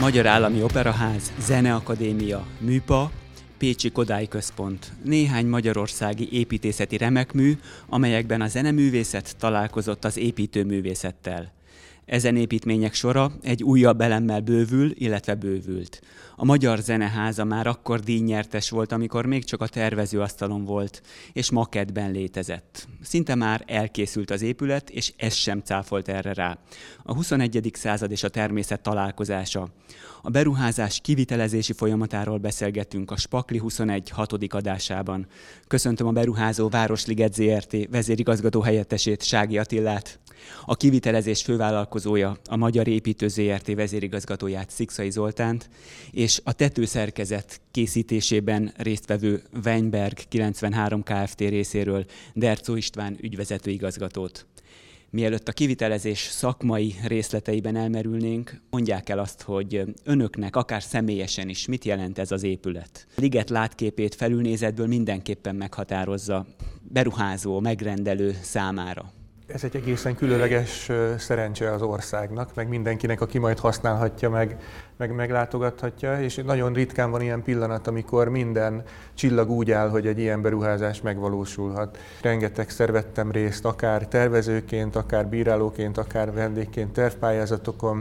Magyar Állami Operaház, Zeneakadémia, Műpa, Pécsi Kodály Központ. Néhány magyarországi építészeti remekmű, amelyekben a zeneművészet találkozott az építőművészettel. Ezen építmények sora egy újabb elemmel bővül, illetve bővült. A Magyar Zeneháza már akkor díjnyertes volt, amikor még csak a tervezőasztalon volt, és makettben létezett. Szinte már elkészült az épület, és ez sem cáfolt erre rá. A 21. század és a természet találkozása. A beruházás kivitelezési folyamatáról beszélgettünk a Spakli 21 6. adásában. Köszöntöm a beruházó Városliget Zrt. Vezérigazgató helyettesét, Sági Attillát. A kivitelezés fővállalkozója, a Magyar Építő Zrt. Vezérigazgatóját, Szikszai Zoltánt, és a tetőszerkezet készítésében résztvevő Weinberg 93 Kft. Részéről Derczó István ügyvezető igazgatót. Mielőtt a kivitelezés szakmai részleteiben elmerülnénk, mondják el azt, hogy önöknek, akár személyesen is, mit jelent ez az épület. A liget látképét felülnézetből mindenképpen meghatározza beruházó, megrendelő számára. Ez egy egészen különleges szerencse az országnak, meg mindenkinek, aki majd használhatja, meg meglátogathatja, és nagyon ritkán van ilyen pillanat, amikor minden csillag úgy áll, hogy egy ilyen beruházás megvalósulhat. Rengetegszer vettem részt, akár tervezőként, akár bírálóként, akár vendégként tervpályázatokon,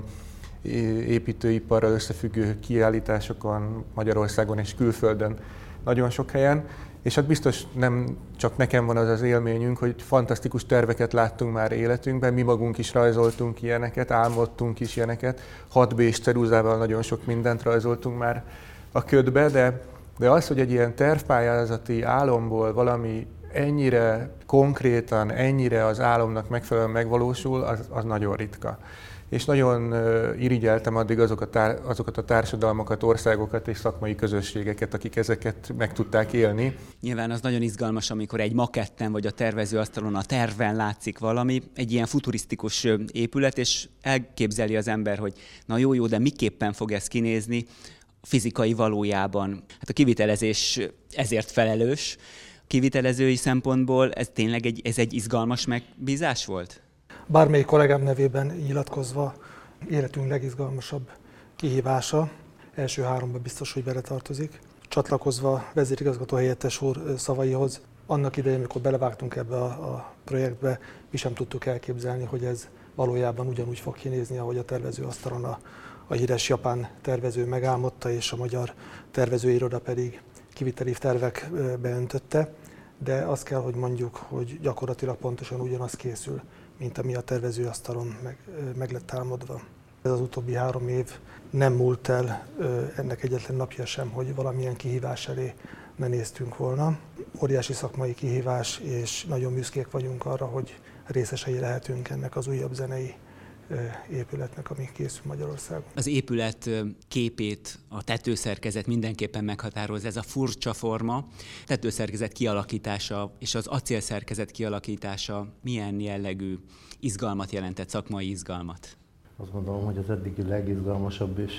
építőiparral összefüggő kiállításokon Magyarországon és külföldön, nagyon sok helyen. És hát biztos nem csak nekem van az az élményünk, hogy fantasztikus terveket láttunk már életünkben, mi magunk is rajzoltunk ilyeneket, álmodtunk is ilyeneket, 6B-s ceruzával nagyon sok mindent rajzoltunk már a ködbe, de az, hogy egy ilyen tervpályázati álomból valami ennyire konkrétan, ennyire az álomnak megfelelően megvalósul, az nagyon ritka. És nagyon irigyeltem addig azokat a társadalmakat, országokat és szakmai közösségeket, akik ezeket meg tudták élni. Nyilván az nagyon izgalmas, amikor egy maketten vagy a tervezőasztalon, a terven látszik valami, egy ilyen futurisztikus épület, és elképzeli az ember, hogy na jó, de miképpen fog ez kinézni fizikai valójában. Hát a kivitelezés ezért felelős. Kivitelezői szempontból ez tényleg egy izgalmas megbízás volt? Bármelyik kollégám nevében nyilatkozva, életünk legizgalmasabb kihívása, első háromba biztos, hogy beletartozik. Csatlakozva vezérigazgató helyettes úr szavaihoz, annak idején, amikor belevágtunk ebbe a projektbe, mi sem tudtuk elképzelni, hogy ez valójában ugyanúgy fog kinézni, ahogy a tervezőasztalon a híres japán tervező megálmodta, és a magyar tervezőiroda pedig kiviteli tervekbe öntötte. De azt kell, hogy mondjuk, hogy gyakorlatilag pontosan ugyanaz készül, mint ami a tervezőasztalon meg lett álmodva. Ez az utóbbi 3 év nem múlt el ennek egyetlen napja sem, hogy valamilyen kihívás elé ne néztünk volna. Óriási szakmai kihívás, és nagyon büszkék vagyunk arra, hogy részesei lehetünk ennek az újabb zenei épületnek, ami készül Magyarországon. Az épület képét, a tetőszerkezet mindenképpen meghatároz, ez a furcsa forma. Tetőszerkezet kialakítása és az acélszerkezet kialakítása milyen jellegű izgalmat jelentett, szakmai izgalmat? Azt gondolom, hogy az eddigi legizgalmasabb és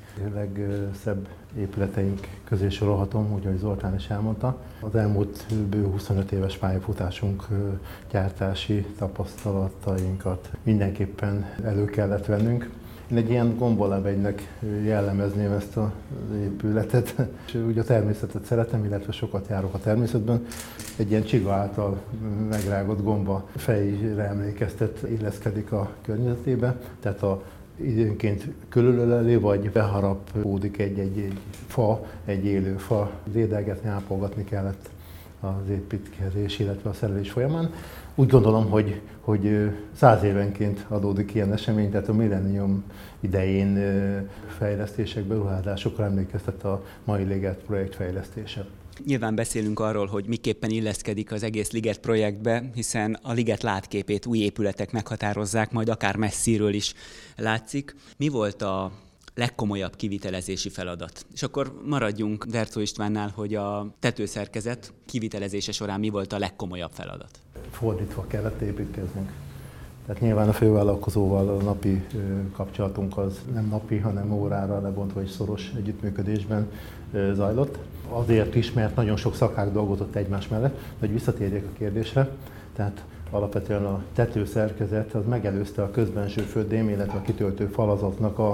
legszebb épületeink közé sorolhatom, úgy, ahogy Zoltán is elmondta. Az elmúlt bő 25 éves pályafutásunk gyártási tapasztalatainkat mindenképpen elő kellett vennünk. Én egy ilyen gombolevegynek jellemezném ezt az épületet. És ugye a természetet szeretem, illetve sokat járok a természetben. Egy ilyen csiga által megrágott gomba fejre emlékeztet, illeszkedik a környezetébe. Tehát időnként körülöleli, vagy beharapódik egy fa, egy élő fa. Dédelgetni, ápolgatni kellett az építkezés, illetve a szerelés folyamán. Úgy gondolom, hogy 100 évenként adódik ilyen esemény, tehát a millennium idején fejlesztések, beruházásokra emlékeztet a mai Liget projekt fejlesztése. Nyilván beszélünk arról, hogy miképpen illeszkedik az egész Liget projektbe, hiszen a Liget látképét új épületek meghatározzák, majd akár messziről is látszik. Mi volt a legkomolyabb kivitelezési feladat? És akkor maradjunk Derczó Istvánnál, hogy a tetőszerkezet kivitelezése során mi volt a legkomolyabb feladat? Fordítva kellett építkeznünk. Tehát nyilván a fővállalkozóval a napi kapcsolatunk az nem napi, hanem órára lebontva és szoros együttműködésben zajlott. Azért is, mert nagyon sok szakág dolgozott egymás mellett, hogy visszatérjek a kérdésre. Tehát alapvetően a tetőszerkezet az megelőzte a közbenső földém, illetve a kitöltő falazatnak a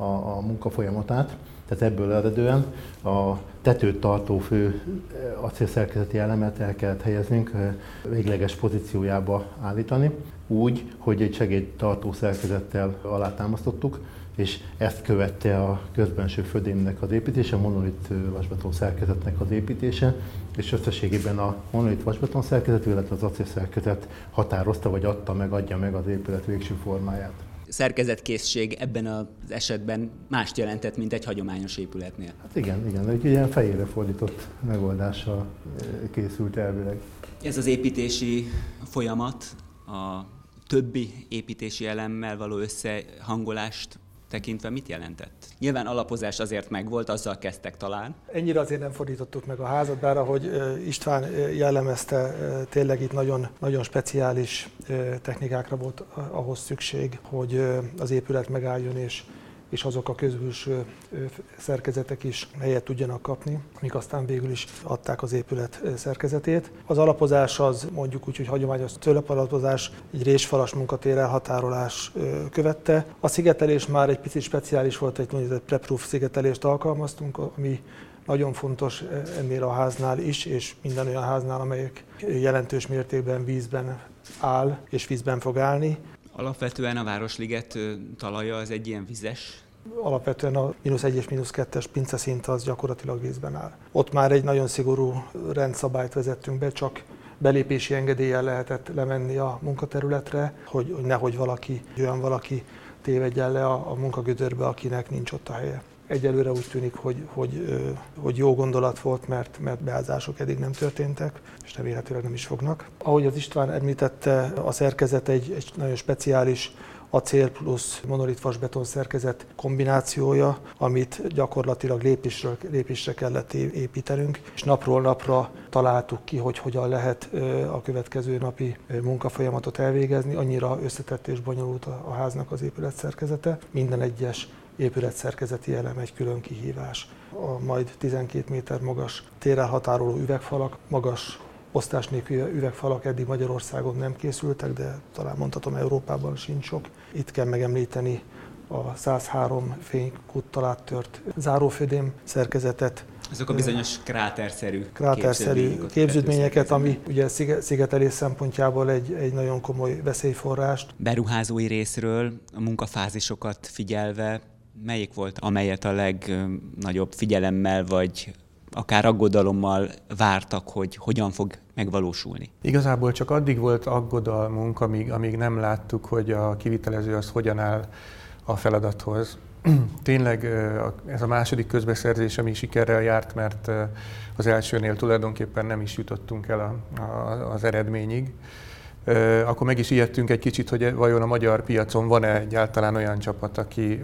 a munka folyamatát. Tehát ebből eredően a tetőt tartó fő acélszerkezeti elemet el kellett helyeznünk, végleges pozíciójába állítani, úgy, hogy egy segédtartó szerkezettel alátámasztottuk, és ezt követte a közbenső födémnek az építése, a monolit vasbeton szerkezetnek az építése, és összességében a monolit vasbeton szerkezet, illetve az acélszerkezet határozta, vagy adja meg az épület végső formáját. Szerkezetkészség ebben az esetben mást jelentett, mint egy hagyományos épületnél. Hát igen, egy ilyen fejére fordított megoldással készült elvileg. Ez az építési folyamat a többi építési elemmel való összehangolást tekintve mit jelentett? Nyilván alapozás azért megvolt, azzal kezdtek talán. Ennyire azért nem fordítottuk meg a házat, bár ahogy István jellemezte, tényleg itt nagyon, nagyon speciális technikákra volt ahhoz szükség, hogy az épület megálljon, és azok a közbülső szerkezetek is helyet tudjanak kapni, amik aztán végül is adták az épület szerkezetét. Az alapozás az mondjuk úgy, hogy hagyományos tőlepalapozás, egy résfalas munkatér elhatárolás követte. A szigetelés már egy picit speciális volt, egy úgynevezett prep-roof szigetelést alkalmaztunk, ami nagyon fontos ennél a háznál is, és minden olyan háznál, amelyek jelentős mértékben vízben áll és vízben fog állni. Alapvetően a Városliget talaja az egy ilyen vizes? Alapvetően a -1 és -2-es pinceszint az gyakorlatilag vízben áll. Ott már egy nagyon szigorú rendszabályt vezettünk be, csak belépési engedéllyel lehetett lemenni a munkaterületre, hogy nehogy valaki tévedjen le a munkagödörbe, akinek nincs ott a helye. Egyelőre úgy tűnik, hogy jó gondolat volt, mert beázások eddig nem történtek, és remélhetőleg nem is fognak. Ahogy az István említette, a szerkezet egy nagyon speciális acél plusz monolit vasbeton szerkezet kombinációja, amit gyakorlatilag lépésre kellett építenünk, és napról napra találtuk ki, hogy hogyan lehet a következő napi munkafolyamatot elvégezni. Annyira összetett és bonyolult a háznak az épület szerkezete. Minden egyes épületszerkezeti elem egy külön kihívás. A majd 12 méter magas térelhatároló üvegfalak, magas osztás nélküli üvegfalak eddig Magyarországon nem készültek, de talán mondhatom Európában sincs sok. Itt kell megemlíteni a 103 fénykúttal áttört zárófödém szerkezetet. Azok a bizonyos kráterszerű képződményeket, ami ugye szigetelés szempontjából egy nagyon komoly veszélyforrást. Beruházói részről a munkafázisokat figyelve, melyik volt, amelyet a legnagyobb figyelemmel vagy akár aggodalommal vártak, hogy hogyan fog megvalósulni? Igazából csak addig volt aggodalmunk, amíg nem láttuk, hogy a kivitelező az hogyan áll a feladathoz. Tényleg ez a második közbeszerzés, ami sikerrel járt, mert az elsőnél tulajdonképpen nem is jutottunk el az eredményig. Akkor meg is ijedtünk egy kicsit, hogy vajon a magyar piacon van-e egyáltalán olyan csapat,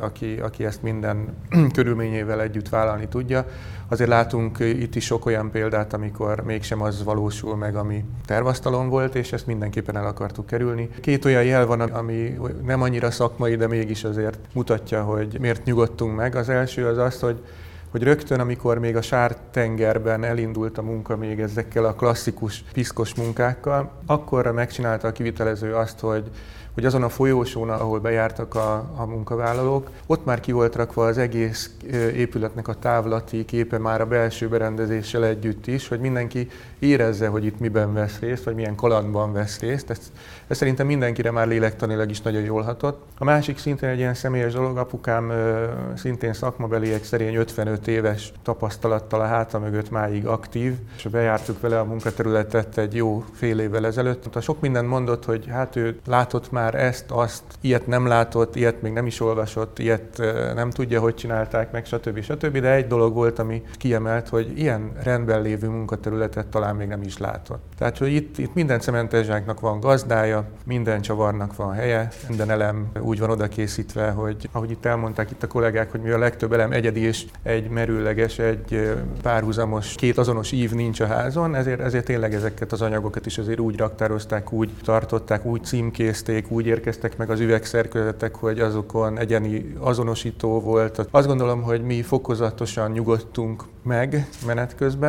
aki ezt minden körülményével együtt vállalni tudja. Azért látunk itt is sok olyan példát, amikor mégsem az valósul meg, ami tervasztalon volt, és ezt mindenképpen el akartuk kerülni. Két olyan jel van, ami nem annyira szakmai, de mégis azért mutatja, hogy miért nyugodtunk meg. Az első az az, hogy rögtön, amikor még a Sár-tengerben elindult a munka még ezekkel a klasszikus piszkos munkákkal, akkorra megcsinálta a kivitelező azt, hogy azon a folyósón, ahol bejártak a munkavállalók, ott már ki volt rakva az egész épületnek a távlati képe már a belső berendezéssel együtt is, hogy mindenki érezze, hogy itt miben vesz részt, vagy milyen kalandban vesz részt. Ez szerintem mindenkire már lélektanilag is nagyon jól hatott. A másik szintén egy ilyen személyes dolog, apukám szintén szakmabeli, egy szerény 55 éves tapasztalattal a háta mögött máig aktív, és bejártuk vele a munkaterületet egy jó fél évvel ezelőtt. Sok mindent mondott, hogy hát ő látott már ezt, azt, ilyet nem látott, ilyet még nem is olvasott, ilyet nem tudja, hogy csinálták meg, stb. De egy dolog volt, ami kiemelt, hogy ilyen rendben lévő munkaterületet talán még nem is látott. Tehát, hogy itt minden cementezsáknak van gazdája, minden csavarnak van helye, minden elem úgy van oda készítve, hogy ahogy itt elmondták itt a kollégák, hogy mi a legtöbb elem egyedi és egy merőleges, egy párhuzamos, két azonos ív nincs a házon, ezért tényleg ezeket az anyagokat is azért úgy raktározták, úgy tartották, úgy címkézték, úgy érkeztek meg az üvegszerkezetek, hogy azokon egyeni azonosító volt. Azt gondolom, hogy mi fokozatosan nyugodtunk meg menet közben,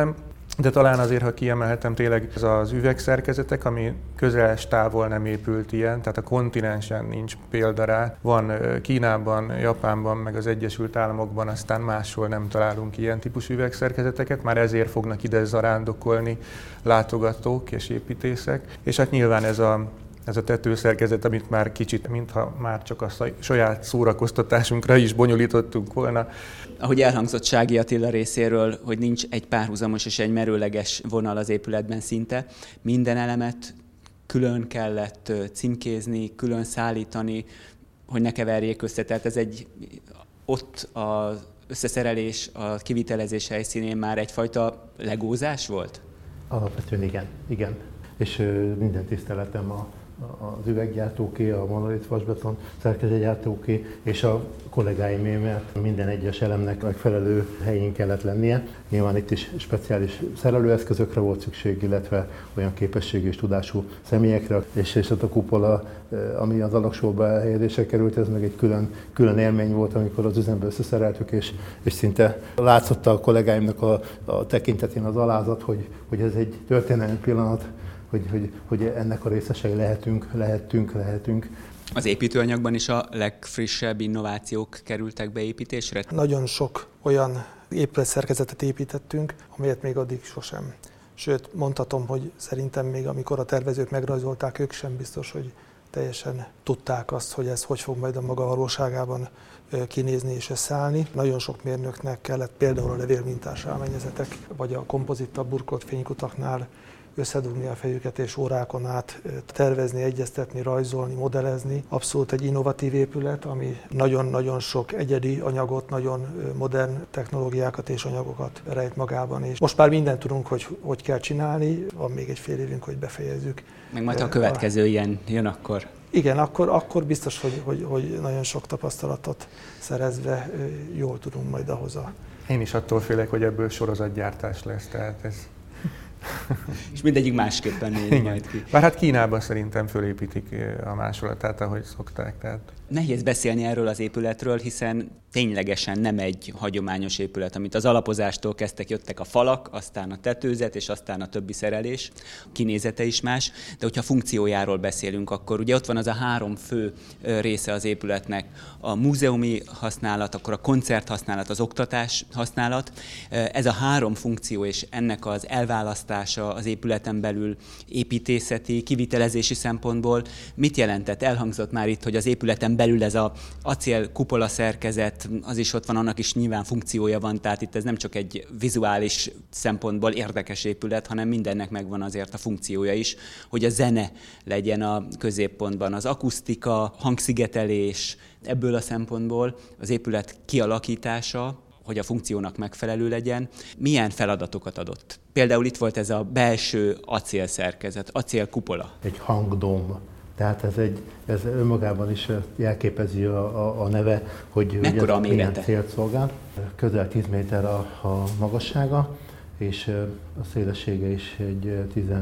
De talán azért, ha kiemelhetem, tényleg ez az üvegszerkezetek, ami közeles távol nem épült ilyen, tehát a kontinensen nincs példa rá. Van Kínában, Japánban, meg az Egyesült Államokban, aztán máshol nem találunk ilyen típusú üvegszerkezeteket, már ezért fognak ide zarándokolni látogatók és építészek. És hát nyilván ez a tetőszerkezet, amit már kicsit, mintha már csak a saját szórakoztatásunkra is bonyolítottunk volna. Ahogy elhangzott Sági Attila részéről, hogy nincs egy párhuzamos és egy merőleges vonal az épületben szinte, minden elemet külön kellett címkézni, külön szállítani, hogy ne keverjék össze. Tehát ez ott az összeszerelés, a kivitelezés helyszínén már egyfajta legózás volt? Alapvetően igen. És minden tiszteletem az üveggyártóké, a monolit vasbeton szerkezetgyártóké és a kollégáimé, mert minden egyes elemnek megfelelő helyén kellett lennie. Nyilván itt is speciális szerelőeszközökre volt szükség, illetve olyan képességű és tudású személyekre, és a kupola, ami az alagsorba helyezésre került, ez meg egy külön élmény volt, amikor az üzembe összeszereltük, és szinte látszott a kollégáimnak a tekintetén az alázat, hogy ez egy történelmi pillanat, hogy ennek a részesei lehetünk. Az építőanyagban is a legfrissebb innovációk kerültek beépítésre? Nagyon sok olyan épületszerkezetet építettünk, amelyet még addig sosem. Sőt, mondhatom, hogy szerintem még amikor a tervezők megrajzolták, ők sem biztos, hogy teljesen tudták azt, hogy ez hogy fog majd a maga valóságában kinézni és összeállni. Nagyon sok mérnöknek kellett például a levélmintás rámennyezetek, vagy a kompozittal burkolt fénykutaknál összedugni a fejüket és órákon át tervezni, egyeztetni, rajzolni, modellezni. Abszolút egy innovatív épület, ami nagyon-nagyon sok egyedi anyagot, nagyon modern technológiákat és anyagokat rejt magában. És most már mindent tudunk, hogy kell csinálni, van még egy fél évünk, hogy befejezzük. Meg majd a következő ilyen jön akkor. Igen, akkor biztos, hogy nagyon sok tapasztalatot szerezve jól tudunk majd ahhoz Én is attól félek, hogy ebből sorozatgyártás lesz, tehát ez... És mindegyik másképpen néz majd ki. Bár hát Kínában szerintem fölépítik a másolatát, ahogy szokták. Tehát... Nehéz beszélni erről az épületről, hiszen ténylegesen nem egy hagyományos épület, amit az alapozástól jöttek a falak, aztán a tetőzet, és aztán a többi szerelés, a kinézete is más, de hogyha funkciójáról beszélünk, akkor ugye ott van az a 3 fő része az épületnek, a múzeumi használat, akkor a koncerthasználat, az oktatás használat. Ez a 3 funkció és ennek az elválasztása az épületen belül építészeti, kivitelezési szempontból mit jelentett? Elhangzott már itt, hogy az épületen belül ez az acél kupola szerkezet, az is ott van, annak is nyilván funkciója van, tehát itt ez nem csak egy vizuális szempontból érdekes épület, hanem mindennek megvan azért a funkciója is, hogy a zene legyen a középpontban, az akusztika, hangszigetelés, ebből a szempontból az épület kialakítása, hogy a funkciónak megfelelő legyen, milyen feladatokat adott. Például itt volt ez a belső acélszerkezet, acélkupola. Egy hangdóm. Tehát ez önmagában is jelképezi a neve, hogy ez milyen célt szolgál. Közel 10 méter a magassága, és a szélessége is egy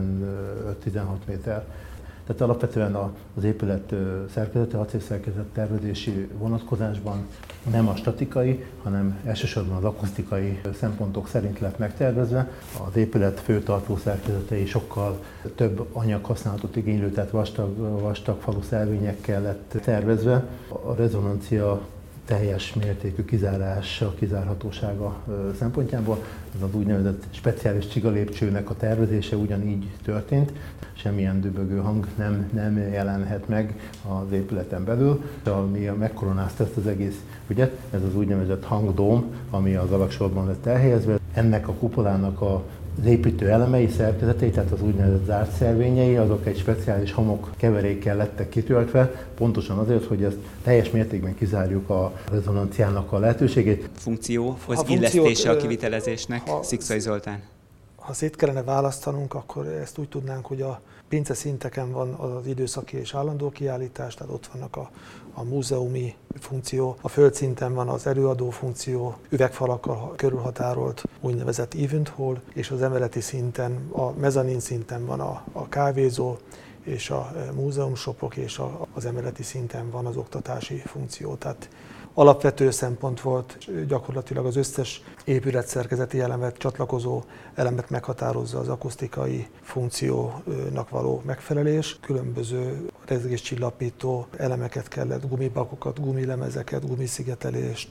15-16 méter. Tehát alapvetően az épület szerkezete, acélszerkezet tervezési vonatkozásban nem a statikai, hanem elsősorban az akusztikai szempontok szerint lett megtervezve. Az épület főtartó szerkezetei sokkal több anyaghasználatot igénylő, tehát vastag falu szelvényekkel lett tervezve. A rezonancia teljes mértékű kizárhatósága szempontjából az úgynevezett speciális csigalépcsőnek a tervezése ugyanígy történt. Semmilyen dübögő hang nem jelenhet meg az épületen belül, ami megkoronázta ezt az egész ügyet. Ez az úgynevezett hangdóm, ami az alagsorban lett elhelyezve. Ennek a kupolának az építő elemei, szerkezetei, tehát az úgynevezett zárt szervényei, azok egy speciális homok keverékkel lettek kitöltve, pontosan azért, hogy ezt teljes mértékben kizárjuk a rezonanciának a lehetőségét. Funkcióhoz illesztése a kivitelezésnek, Szikszai Zoltán. Ha szét kellene választanunk, akkor ezt úgy tudnánk, hogy a pince szinteken van az időszaki és állandó kiállítás, tehát ott vannak a múzeumi funkció, a földszinten van az előadó funkció, üvegfalakkal körülhatárolt úgynevezett event hall, és az emeleti szinten, a mezanin szinten van a kávézó, és a múzeumshopok, és az emeleti szinten van az oktatási funkció. Tehát alapvető szempont volt, gyakorlatilag az összes épületszerkezeti elemet, csatlakozó elemet meghatározza az akusztikai funkciónak való megfelelés. Különböző rezgéscsillapító elemeket kellett, gumibakokat, gumilemezeket, gumiszigetelést,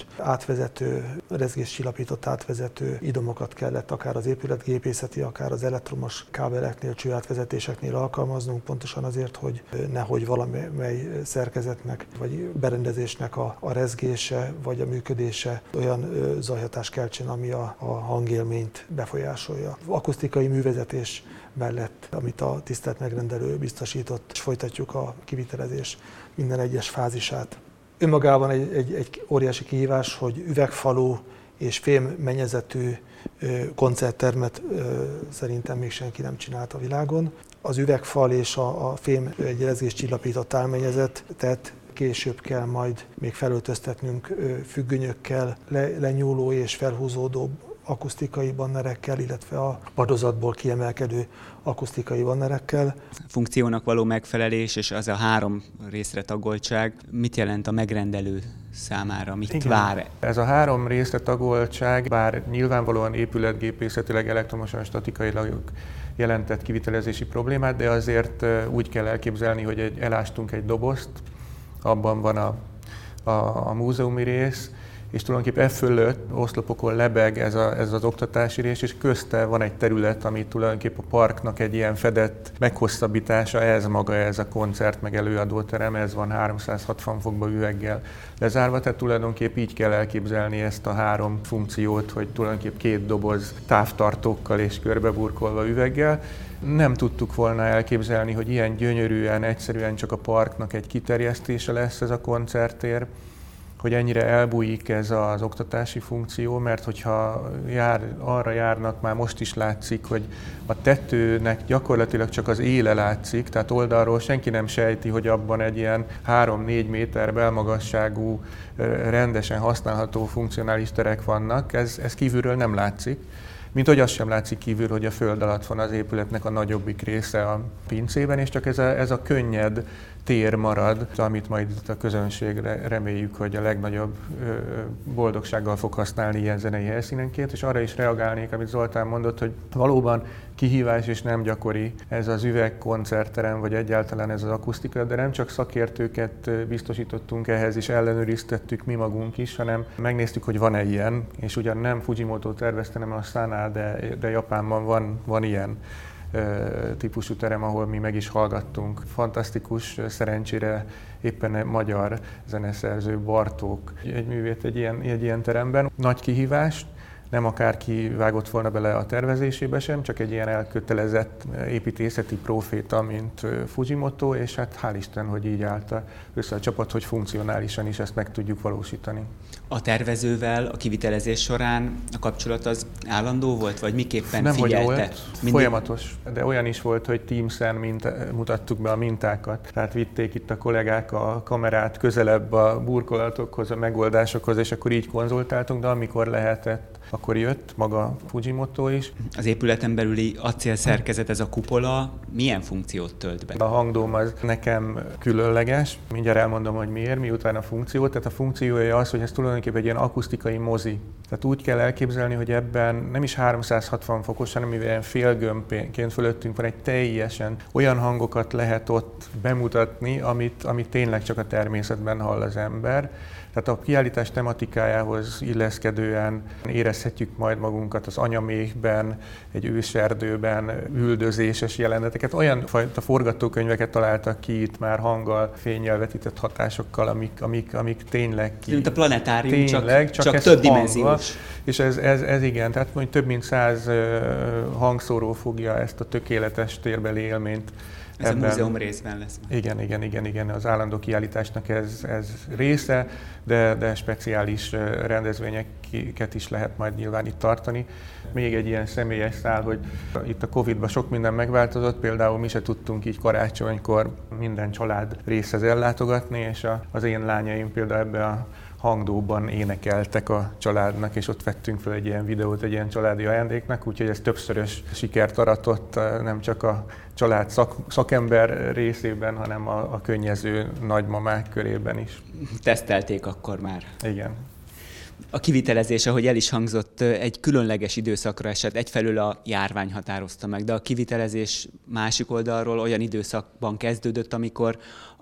rezgéscsillapított átvezető idomokat kellett akár az épületgépészeti, akár az elektromos kábeleknél, csőátvezetéseknél alkalmaznunk, pontosan azért, hogy nehogy valamely szerkezetnek vagy berendezésnek a rezgése vagy a működése olyan zajhatást keltsen, ami a hangélményt befolyásolja. Akusztikai művezetés mellett, amit a tisztelt megrendelő biztosított, és folytatjuk a kivitelezés minden egyes fázisát. Önmagában egy óriási kihívás, hogy üvegfalú és fémmennyezetű koncerttermet szerintem még senki nem csinált a világon. Az üvegfal és a fém egy rezgéscsillapított álmennyezetet később kell majd még felöltöztetnünk függönyökkel, lenyúló és felhúzódó akusztikai bannerekkel, illetve a padozatból kiemelkedő akusztikai bannerekkel. Funkciónak való megfelelés és az a 3 részre tagoltság mit jelent a megrendelő számára, mit vár? Ez a 3 részre tagoltság, bár nyilvánvalóan épületgépészetileg, elektromosan, statikailag jelentett kivitelezési problémát, de azért úgy kell elképzelni, hogy elástunk egy dobozt, abban van a múzeumi rész, és tulajdonképpen fölött oszlopokon lebeg ez az oktatási rész, és közte van egy terület, ami tulajdonképpen a parknak egy ilyen fedett meghosszabbítása, ez maga, ez a koncert meg előadóterem, ez van 360 fokba üveggel lezárva, tehát tulajdonképpen így kell elképzelni ezt a 3 funkciót, hogy tulajdonképpen 2 doboz távtartókkal és körbeburkolva üveggel. Nem tudtuk volna elképzelni, hogy ilyen gyönyörűen, egyszerűen csak a parknak egy kiterjesztése lesz ez a koncerttér, hogy ennyire elbújik ez az oktatási funkció, mert hogyha arra járnak, már most is látszik, hogy a tetőnek gyakorlatilag csak az éle látszik, tehát oldalról senki nem sejti, hogy abban egy ilyen 3-4 méter belmagasságú, rendesen használható funkcionális terek vannak, ez kívülről nem látszik. Mint hogy az sem látszik kívül, hogy a föld alatt van az épületnek a nagyobbik része a pincében, és csak ez a könnyed tér marad, amit majd itt a közönség reméljük, hogy a legnagyobb boldogsággal fog használni ilyen zenei helyszínenként, és arra is reagálnék, amit Zoltán mondott, hogy valóban kihívás és nem gyakori ez az üvegkoncertterem, vagy egyáltalán ez az akusztika, de nem csak szakértőket biztosítottunk ehhez, és ellenőriztettük mi magunk is, hanem megnéztük, hogy van-e ilyen, és ugyan nem Fujimoto tervezte, nem a Sana, de Japánban van ilyen típusú terem, ahol mi meg is hallgattunk. Fantasztikus, szerencsére éppen magyar zeneszerző Bartók egy művét egy ilyen teremben. Nagy kihívás, nem akárki vágott volna bele a tervezésébe sem, csak egy ilyen elkötelezett építészeti proféta, mint Fujimoto, és hát hál' Isten, hogy így állt össze a csapat, hogy funkcionálisan is ezt meg tudjuk valósítani. A tervezővel a kivitelezés során a kapcsolat az állandó volt, vagy miképpen nem, figyelte? Hogy volt, folyamatos, de olyan is volt, hogy Teams-en mutattuk be a mintákat. Tehát vitték itt a kollégák a kamerát közelebb a burkolatokhoz, a megoldásokhoz, és akkor így konzultáltunk, de amikor lehetett, akkor jött maga Fujimoto is. Az épületen belüli acélszerkezet, ez a kupola, milyen funkciót tölt be? A hangdóm az nekem különleges, mindjárt elmondom, hogy miért, miután a funkció. Tehát a funkciója az, hogy ez tulajdonképpen egy ilyen akusztikai mozi. Tehát úgy kell elképzelni, hogy ebben nem is 360 fokos, hanem ilyen félgömbként fölöttünk van egy teljesen olyan hangokat lehet ott bemutatni, amit tényleg csak a természetben hall az ember. Tehát a kiállítás tematikájához illeszkedően érezhetjük majd magunkat az anyaméhben, egy őserdőben, üldözéses jeleneteket. Olyan fajta forgatókönyveket találtak ki itt már hanggal, fénnyel vetített hatásokkal, amik tényleg ki. Mint a planetárium, tényleg, csak több dimenziós. És ez igen, tehát mondjuk több mint 100 hangszóró fogja ezt a tökéletes térbeli élményt. Ez a múzeum részben lesz. Igen, az állandó kiállításnak ez része, de speciális rendezvényeket is lehet majd nyilván itt tartani. Még egy ilyen személyes szál, hogy itt a Covid-ban sok minden megváltozott, például mi se tudtunk így karácsonykor minden család részhez ellátogatni, és az én lányaim például ebbe a hangdóban énekeltek a családnak, és ott vettünk fel egy ilyen videót egy ilyen családi ajándéknak, úgyhogy ez többszörös sikert aratott, nem csak a család szakember részében, hanem a könnyező nagymamák körében is. Tesztelték akkor már. Igen. A kivitelezés, ahogy el is hangzott, egy különleges időszakra esett, egyfelől a járvány határozta meg, de a kivitelezés másik oldalról olyan időszakban kezdődött, amikor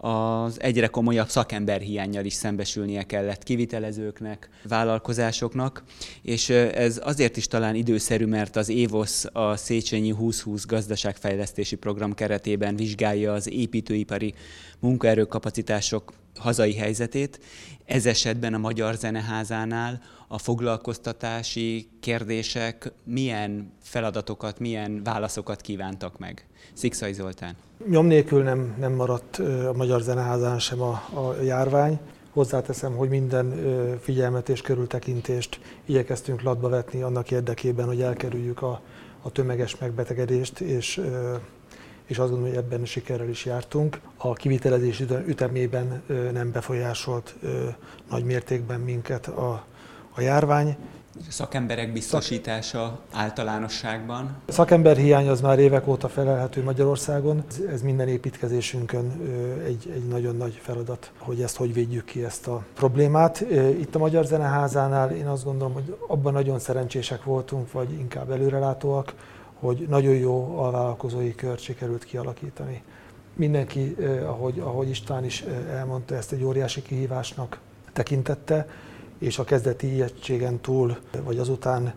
az egyre komolyabb szakemberhiánnyal is szembesülnie kellett kivitelezőknek, vállalkozásoknak, és ez azért is talán időszerű, mert az ÉVOSZ, a Széchenyi 2020 gazdaságfejlesztési program keretében vizsgálja az építőipari munkaerőkapacitások hazai helyzetét. Ez esetben a Magyar Zeneházánál a foglalkoztatási kérdések milyen feladatokat, milyen válaszokat kívántak meg? Szikszai Zoltán. Nyom nélkül nem maradt a Magyar Zeneházán sem a járvány. Hozzáteszem, hogy minden figyelmet és körültekintést igyekeztünk latba vetni annak érdekében, hogy elkerüljük a tömeges megbetegedést, és azt gondolom, hogy ebben sikerrel is jártunk. A kivitelezés ütemében nem befolyásolt nagy mértékben minket a járvány. Szakemberek biztosítása általánosságban? A szakemberhiány az már évek óta felelhető Magyarországon. Ez minden építkezésünkön egy nagyon nagy feladat, hogy hogy védjük ki ezt a problémát. Itt a Magyar Zeneházánál én azt gondolom, hogy abban nagyon szerencsések voltunk, vagy inkább előrelátóak, hogy nagyon jó alvállalkozói kört sikerült kialakítani. Mindenki, ahogy István is elmondta, ezt egy óriási kihívásnak tekintette, és a kezdeti ijegységen túl, vagy azután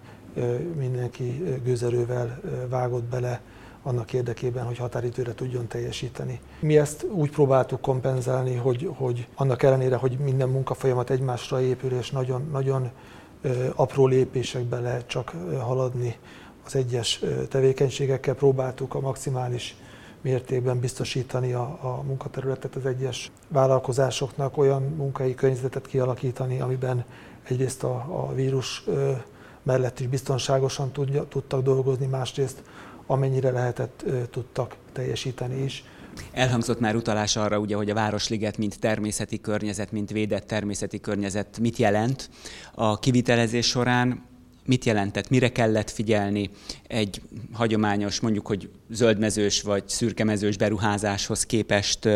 mindenki gőzerővel vágott bele annak érdekében, hogy határidőre tudjon teljesíteni. Mi ezt úgy próbáltuk kompenzálni, hogy annak ellenére, hogy minden munkafolyamat egymásra épül, és nagyon, nagyon apró lépésekbe lehet csak haladni az egyes tevékenységekkel, próbáltuk a maximális mértékben biztosítani a munkaterületet az egyes vállalkozásoknak, olyan munkai környezetet kialakítani, amiben egyrészt a vírus mellett is biztonságosan tudtak dolgozni, másrészt amennyire lehetett, tudtak teljesíteni is. Elhangzott már utalás arra, ugye, hogy a Városliget mint természeti környezet, mint védett természeti környezet mit jelent a kivitelezés során. Mit jelentett, mire kellett figyelni egy hagyományos, mondjuk, hogy zöldmezős vagy szürkemezős beruházáshoz képest,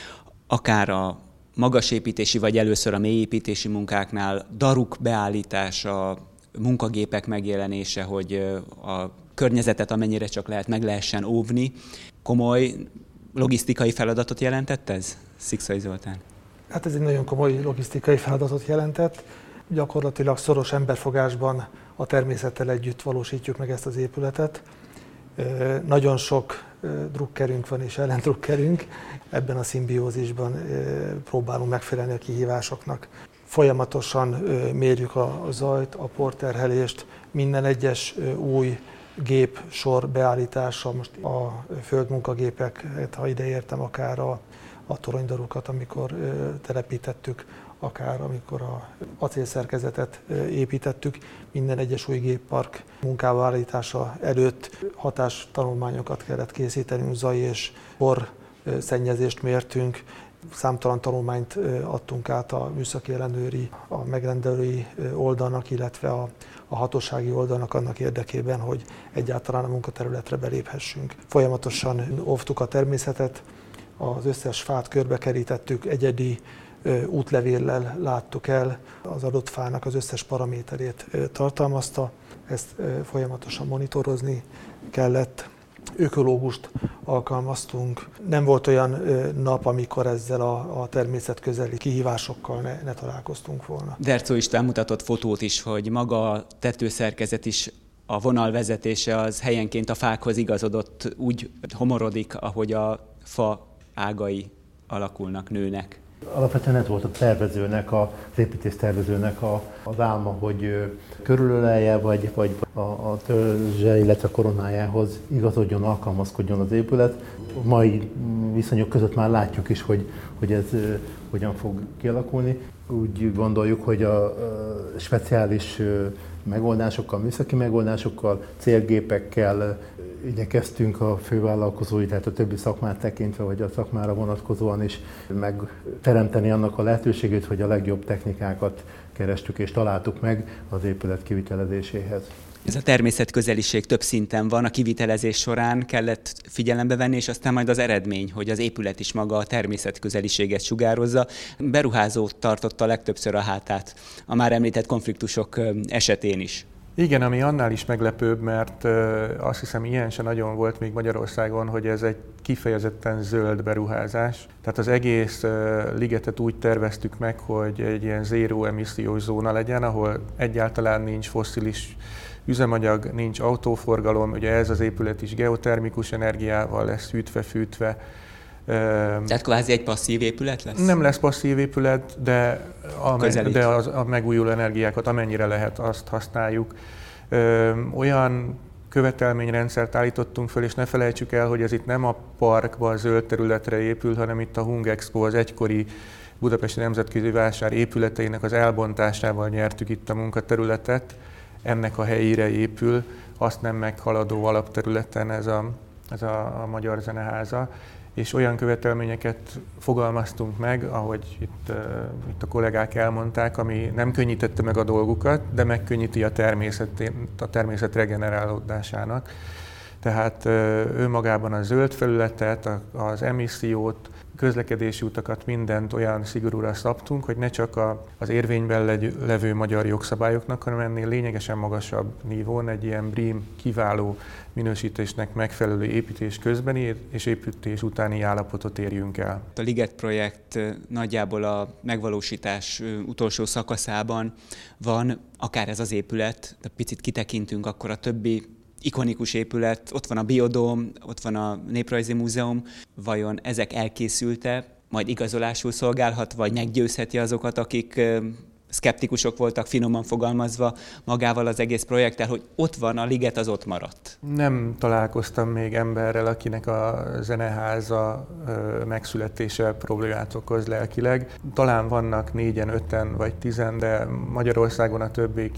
akár a magasépítési vagy először a mélyépítési munkáknál, daruk beállítása, munkagépek megjelenése, hogy a környezetet amennyire csak lehet meg lehessen óvni. Komoly logisztikai feladatot jelentett ez, Szikszai Zoltán? Hát ez egy nagyon komoly logisztikai feladatot jelentett. Gyakorlatilag szoros emberfogásban a természettel együtt valósítjuk meg ezt az épületet. Nagyon sok drukkerünk van és ellendrukkerünk. Ebben a szimbiózisban próbálunk megfelelni a kihívásoknak. Folyamatosan mérjük a zajt, a porterhelést, minden egyes új gép sor beállítása, most a földmunkagépeket, ha ide értem, akár a toronydarukat, amikor telepítettük, akár amikor a acélszerkezetet építettük, minden egyes új géppark munkába állítása előtt hatástanulmányokat kellett készítenünk, zaj és por szennyezést mértünk, számtalan tanulmányt adtunk át a műszaki ellenőri, a megrendelői oldalnak, illetve a hatósági oldalnak annak érdekében, hogy egyáltalán a munkaterületre beléphessünk. Folyamatosan óvtuk a természetet, az összes fát körbekerítettük, egyedi útlevéllel láttuk el, az adott fának az összes paraméterét tartalmazta, ezt folyamatosan monitorozni kellett. Ökológust alkalmaztunk. Nem volt olyan nap, amikor ezzel a természet közeli kihívásokkal ne találkoztunk volna. Derczó István mutatott fotót is, hogy maga a tetőszerkezet is, a vonalvezetése az helyenként a fákhoz igazodott, úgy homorodik, ahogy a fa ágai alakulnak, nőnek. Alapvetően ez volt a tervezőnek, az építész tervezőnek az álma, hogy körülölelje, vagy a törzse, illetve a koronájához igazodjon, alkalmazkodjon az épület. A mai viszonyok között már látjuk is, hogy ez hogyan fog kialakulni. Úgy gondoljuk, hogy a speciális megoldásokkal, műszaki megoldásokkal, célgépekkel igyekeztünk a fővállalkozói, tehát a többi szakmát tekintve, vagy a szakmára vonatkozóan is megteremteni annak a lehetőségét, hogy a legjobb technikákat kerestük és találtuk meg az épület kivitelezéséhez. Ez a természetközeliség több szinten van, a kivitelezés során kellett figyelembe venni, és aztán majd az eredmény, hogy az épület is maga a természetközeliséget sugározza. Beruházó tartotta legtöbbször a hátát a már említett konfliktusok esetén is. Igen, ami annál is meglepőbb, mert azt hiszem ilyen se nagyon volt még Magyarországon, hogy ez egy kifejezetten zöld beruházás. Tehát az egész ligetet úgy terveztük meg, hogy egy ilyen zéró emissziós zóna legyen, ahol egyáltalán nincs fosszilis üzemanyag, nincs autóforgalom, ugye ez az épület is geotermikus energiával lesz hűtve-fűtve. Tehát kvázi egy passzív épület lesz? Nem lesz passzív épület, de a megújuló energiákat amennyire lehet, azt használjuk. Olyan követelményrendszert állítottunk föl, és ne felejtsük el, hogy ez itt nem a parkban, a zöld területre épül, hanem itt a Hungexpo, az egykori Budapesti Nemzetközi Vásár épületeinek az elbontásával nyertük itt a munkaterületet. Ennek a helyére épül, azt nem meghaladó alapterületen ez a Magyar Zeneháza, és olyan követelményeket fogalmaztunk meg, ahogy itt a kollégák elmondták, ami nem könnyítette meg a dolgukat, de megkönnyíti a természet regenerálódásának. Tehát önmagában a zöld felületet, az emissziót, közlekedési utakat, mindent olyan szigorúra szabtunk, hogy ne csak az érvényben levő magyar jogszabályoknak, hanem ennél lényegesen magasabb nívón egy ilyen BREEAM kiváló minősítésnek megfelelő építés közbeni és építés utáni állapotot érjünk el. A Liget projekt nagyjából a megvalósítás utolsó szakaszában van, akár ez az épület, de picit kitekintünk, akkor a többi ikonikus épület, ott van a Biodóm, ott van a Néprajzi Múzeum, vajon ezek elkészülte, majd igazolásul szolgálhat, vagy meggyőzheti azokat, akik szkeptikusok voltak, finoman fogalmazva magával az egész projekttel, hogy ott van a liget, az ott maradt? Nem találkoztam még emberrel, akinek a zeneháza megszületése problémát okoz lelkileg. Talán vannak 4-en, 5-en vagy 10-en, de Magyarországon a többi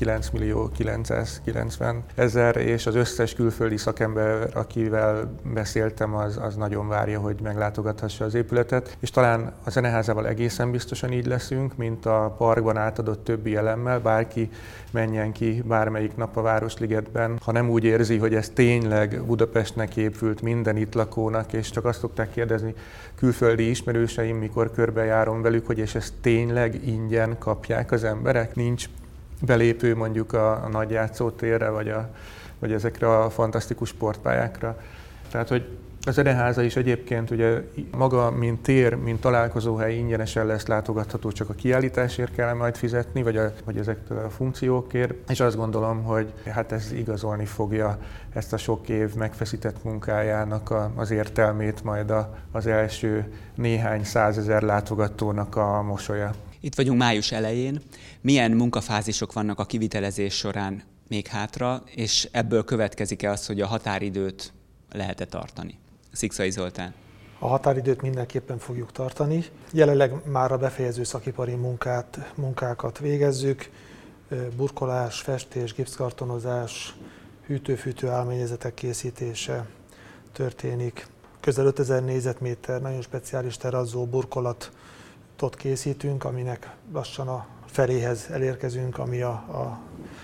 9.990.000, és az összes külföldi szakember, akivel beszéltem, az nagyon várja, hogy meglátogathassa az épületet. És talán a zeneházával egészen biztosan így leszünk, mint a parkban átadott többi elemmel, bárki menjen ki bármelyik nap a Városligetben, ha nem úgy érzi, hogy ez tényleg Budapestnek épült, minden itt lakónak, és csak azt szokták kérdezni külföldi ismerőseim, mikor körbejárom velük, hogy és ezt tényleg ingyen kapják az emberek? Nincs belépő mondjuk a nagy játszótérre, vagy ezekre a fantasztikus sportpályákra. Tehát, hogy a zeneháza is egyébként ugye maga, mint tér, mint találkozóhely ingyenesen lesz látogatható, csak a kiállításért kell majd fizetni, vagy ezektől a funkciókért. És azt gondolom, hogy hát ez igazolni fogja ezt a sok év megfeszített munkájának az értelmét, majd az első néhány százezer látogatónak a mosolya. Itt vagyunk május elején. Milyen munkafázisok vannak a kivitelezés során még hátra, és ebből következik-e az, hogy a határidőt lehet-e tartani? Szikszai Zoltán. A határidőt mindenképpen fogjuk tartani. Jelenleg már a befejező szakipari munkákat végezzük. Burkolás, festés, gipszkartonozás, hűtő-fűtő állmennyezetek készítése történik. Közel 5000 négyzetméter nagyon speciális terrazzó burkolatot készítünk, aminek lassan a feléhez elérkezünk, ami a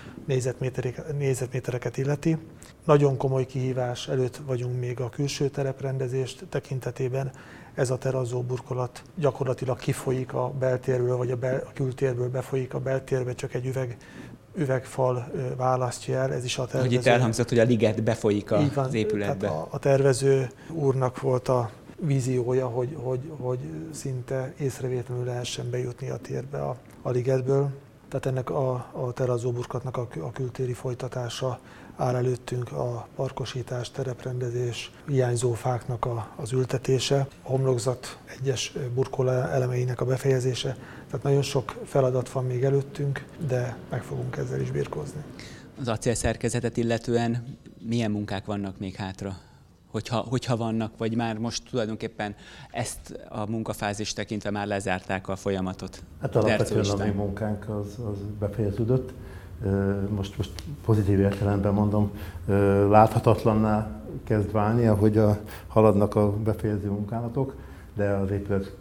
négyzetmétereket illeti. Nagyon komoly kihívás előtt vagyunk még a külső tereprendezés tekintetében. Ez a terrazzó burkolat gyakorlatilag kifolyik a beltérből, vagy a kültérből befolyik a beltérbe, csak egy üvegfal választja el. Ez is a tervező. Hogy itt elhangzott, hogy a liget befolyik az épületbe. A tervező úrnak volt a víziója, hogy szinte észrevétlenül lehessen bejutni a térbe a ligetből. Tehát ennek a terrazzó burkolatnak a kültéri folytatása áll előttünk, a parkosítás, tereprendezés, hiányzó fáknak az ültetése, a homlokzat egyes burkoló elemeinek a befejezése. Tehát nagyon sok feladat van még előttünk, de meg fogunk ezzel is birkózni. Az acélszerkezetet illetően milyen munkák vannak még hátra? Hogyha vannak, vagy már most tulajdonképpen ezt a munkafázist tekintve már lezárták a folyamatot? Hát alapvetően a mi munkánk az befejeződött. most pozitív értelemben mondom, láthatatlanná kezd válni, ahogy haladnak a befejező munkálatok, de az épület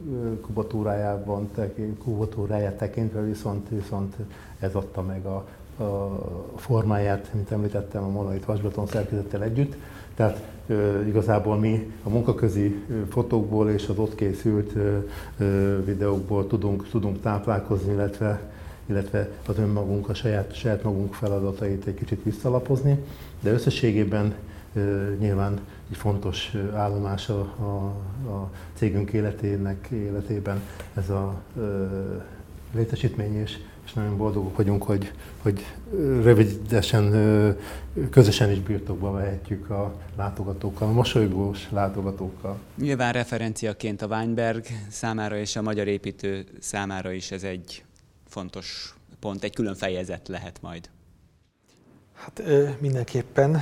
kubatúráját tekintve viszont ez adta meg a formáját, mint említettem, a monolit vasbeton szerkezettel együtt. Tehát igazából mi a munkaközi fotókból és az ott készült videókból tudunk táplálkozni, illetve az önmagunk, a saját magunk feladatait egy kicsit visszalapozni, de összességében nyilván egy fontos állomás a cégünk életében ez a létesítmény, és nagyon boldogok vagyunk, hogy rövidesen, közösen is birtokba vehetjük a látogatókkal, a mosolygós látogatókkal. Nyilván referenciaként a Weinberg számára és a magyar építő számára is ez egy fontos pont, egy külön fejezet lehet majd. Hát mindenképpen,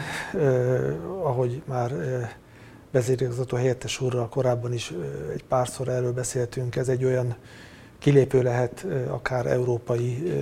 ahogy már vezérigazgató helyettes úrral korábban is egy párszor erről beszéltünk, ez egy olyan kilépő lehet akár európai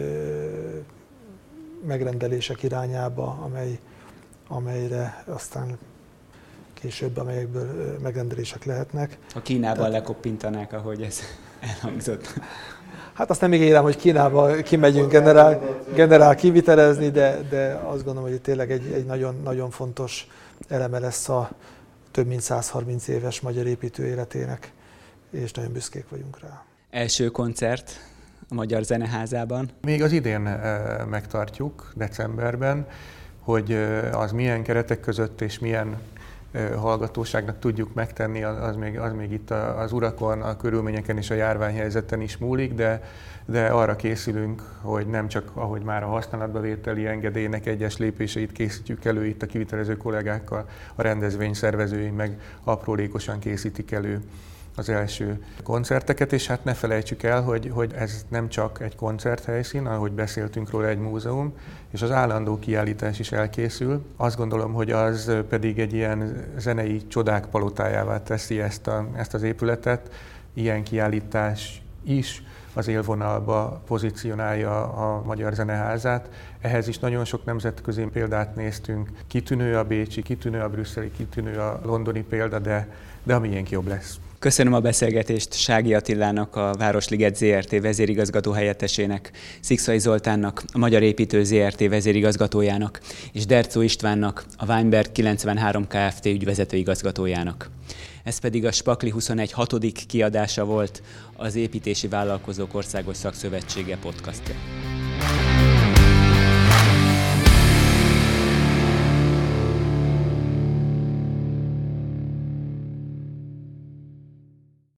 megrendelések irányába, amelyre aztán később, amelyekből megrendelések lehetnek. A Kínában lekoppintanák, ahogy ez elhangzott. Hát azt nem ígérem, hogy Kínába kimegyünk generál kivitelezni, de azt gondolom, hogy tényleg egy nagyon, nagyon fontos eleme lesz a több mint 130 éves magyar építő életének, és nagyon büszkék vagyunk rá. Első koncert a Magyar Zeneházában. Még az idén megtartjuk, decemberben, hogy az milyen keretek között és milyen hallgatóságnak tudjuk megtenni, az még itt az urakon, a körülményeken és a járványhelyzeten is múlik, de arra készülünk, hogy nem csak ahogy már a használatbavételi engedélynek egyes lépéseit készítjük elő itt a kivitelező kollégákkal, a rendezvény szervezői meg aprólékosan készítik elő az első koncerteket, és hát ne felejtsük el, hogy ez nem csak egy koncerthelyszín, ahogy beszéltünk róla, egy múzeum, és az állandó kiállítás is elkészül. Azt gondolom, hogy az pedig egy ilyen zenei csodák palotájává teszi ezt az épületet. Ilyen kiállítás is az élvonalba pozícionálja a Magyar Zeneházát. Ehhez is nagyon sok nemzetközi példát néztünk. Kitűnő a bécsi, kitűnő a brüsszeli, kitűnő a londoni példa, de a miénk jobb lesz. Köszönöm a beszélgetést Sági Attilának, a Városliget ZRT vezérigazgató helyettesének, Szikszai Zoltánnak, a Magyar Építő ZRT vezérigazgatójának, és Derczó Istvánnak, a Weinberg 93 Kft. Ügyvezető igazgatójának. Ez pedig a Spakli 21 6. kiadása volt, az Építési Vállalkozók Országos Szakszövetsége podcastja.